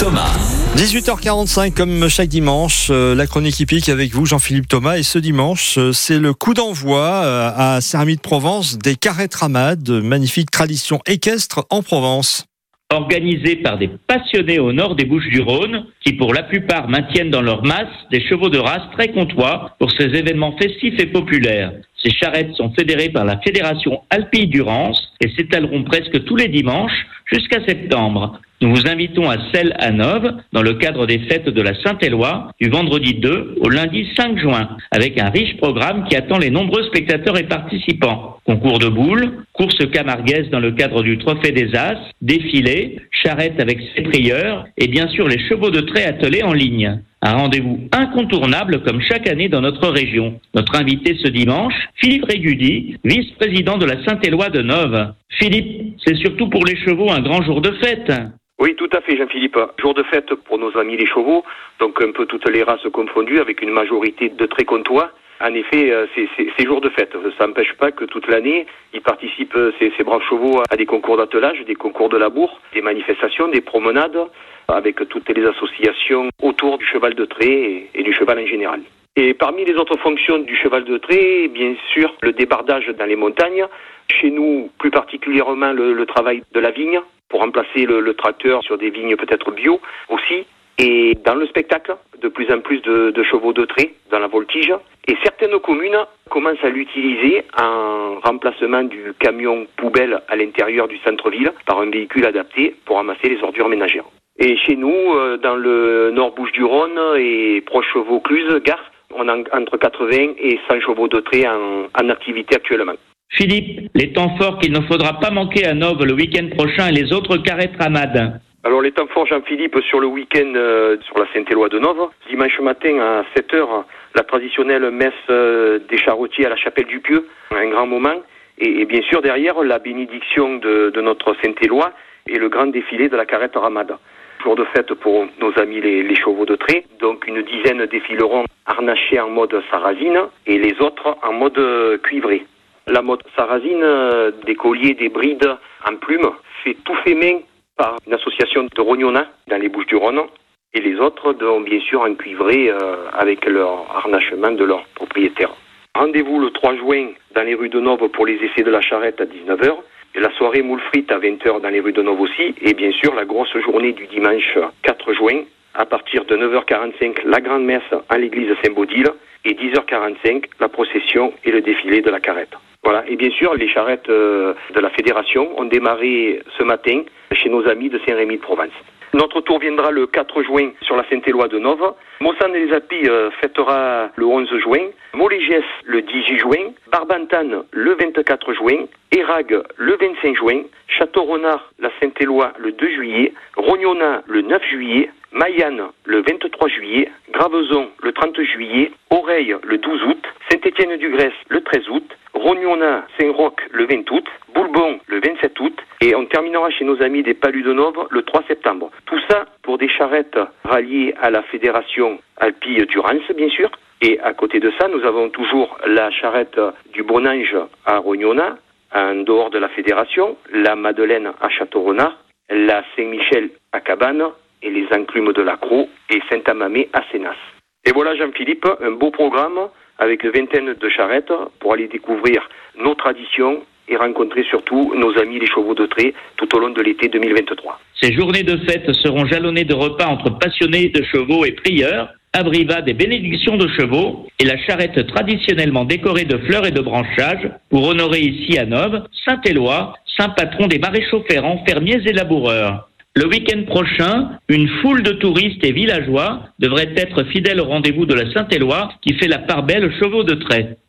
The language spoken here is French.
Thomas. 18h45, comme chaque dimanche, la chronique hippique avec vous, Jean-Philippe Thomas. Et ce dimanche, c'est le coup d'envoi à Saint-Rémy-de-Provence des carrettes ramades, magnifique tradition équestre en Provence. Organisés par des passionnés au nord des Bouches-du-Rhône, qui pour la plupart maintiennent dans leur masse des chevaux de race très comtois pour ces événements festifs et populaires. Ces charrettes sont fédérées par la Fédération Alpille Durance et s'étaleront presque tous les dimanches jusqu'à septembre. Nous vous invitons à Selles-à-Nove dans le cadre des fêtes de la Saint-Éloi du vendredi 2 au lundi 5 juin avec un riche programme qui attend les nombreux spectateurs et participants. Concours de boules, courses camarguaises dans le cadre du Trophée des As, défilés, charrettes avec ses prieurs et bien sûr les chevaux de trait attelés en ligne. Un rendez-vous incontournable comme chaque année dans notre région. Notre invité ce dimanche, Philippe Régudi, vice-président de la Saint-Éloi de Nove. Philippe, c'est surtout pour les chevaux un grand jour de fête. Oui, tout à fait, Jean-Philippe. Jour de fête pour nos amis les chevaux, donc un peu toutes les races confondues, avec une majorité de très comtois. En effet, c'est jour de fête. Ça n'empêche pas que toute l'année, ils participent, ces braves chevaux, à des concours d'attelage, des concours de labour, des manifestations, des promenades, avec toutes les associations autour du cheval de trait et du cheval en général. Et parmi les autres fonctions du cheval de trait, bien sûr, le débardage dans les montagnes. Chez nous, plus particulièrement, le travail de la vigne, pour remplacer le tracteur sur des vignes peut-être bio aussi. Et dans le spectacle, de plus en plus de chevaux de trait dans la voltige. Et certaines communes commencent à l'utiliser en remplacement du camion poubelle à l'intérieur du centre-ville par un véhicule adapté pour ramasser les ordures ménagères. Et chez nous, dans le nord Bouches-du-Rhône et proche Vaucluse, Gard, on a entre 80 et 100 chevaux de trait en activité actuellement. Philippe, les temps forts qu'il ne faudra pas manquer à Nove le week-end prochain et les autres carrettes ramades. Alors les temps forts, Jean-Philippe, sur le week-end sur la Saint-Éloi de Nove, dimanche matin à 7h, la traditionnelle messe des charretiers à la chapelle du Pieux, un grand moment. Et bien sûr derrière, la bénédiction de notre Saint-Éloi et le grand défilé de la carrette ramade. Jour de fête pour nos amis les chevaux de trait. Donc une dizaine défileront harnachés en mode sarrasine et les autres en mode cuivré. La mode sarrasine, des colliers, des brides en plumes, fait tout fait main par une association de rognonnats dans les Bouches-du-Rhône. Et les autres, donc, bien sûr, en cuivré avec leur harnachement de leur propriétaire. Rendez-vous le 3 juin dans les rues de Nove pour les essais de la charrette à 19h. Et la soirée moule frites à 20h dans les rues de Nove aussi. Et bien sûr, la grosse journée du dimanche 4 juin, à partir de 9h45, la grande messe à l'église Saint-Baudile. Et 10h45, la procession et le défilé de la carrette. Voilà. Et bien sûr, les charrettes de la fédération ont démarré ce matin chez nos amis de Saint-Rémy-de-Provence. Notre tour viendra le 4 juin sur la Saint-Éloi de Nove. Mossan et les Alpilles fêtera le 11 juin. Molégès le 18 juin. Barbantane le 24 juin. Érag le 25 juin. Château-Renard, la Saint-Éloi le 2 juillet. Rognona le 9 juillet. Maillanne le 23 juillet. Graveson le 30 juillet. Oreille le 12 août. Saint-Étienne-du-Grèce le 13 août. Rognona, Saint-Roch le 20 août. Boulbon le 27 août. Et on terminera chez nos amis des Palus de Nove le 3 septembre. Tout ça pour des charrettes ralliées à la Fédération Alpille Durance, bien sûr. Et à côté de ça, nous avons toujours la charrette du Bonange à Rognona, en dehors de la Fédération, la Madeleine à Château-Renard, la Saint-Michel à Cabane et les enclumes de la Crau et Saint-Amamé à Sénas. Et voilà, Jean-Philippe, un beau programme avec une vingtaine de charrettes pour aller découvrir nos traditions et rencontrer surtout nos amis les chevaux de trait tout au long de l'été 2023. Ces journées de fête seront jalonnées de repas entre passionnés de chevaux et prieurs, abrivades et bénédictions de chevaux, et la charrette traditionnellement décorée de fleurs et de branchages pour honorer ici à Nove, Saint-Éloi, saint patron des maréchaux ferrants, fermiers et laboureurs. Le week-end prochain, une foule de touristes et villageois devrait être fidèles au rendez-vous de la Saint-Éloi qui fait la part belle aux chevaux de trait.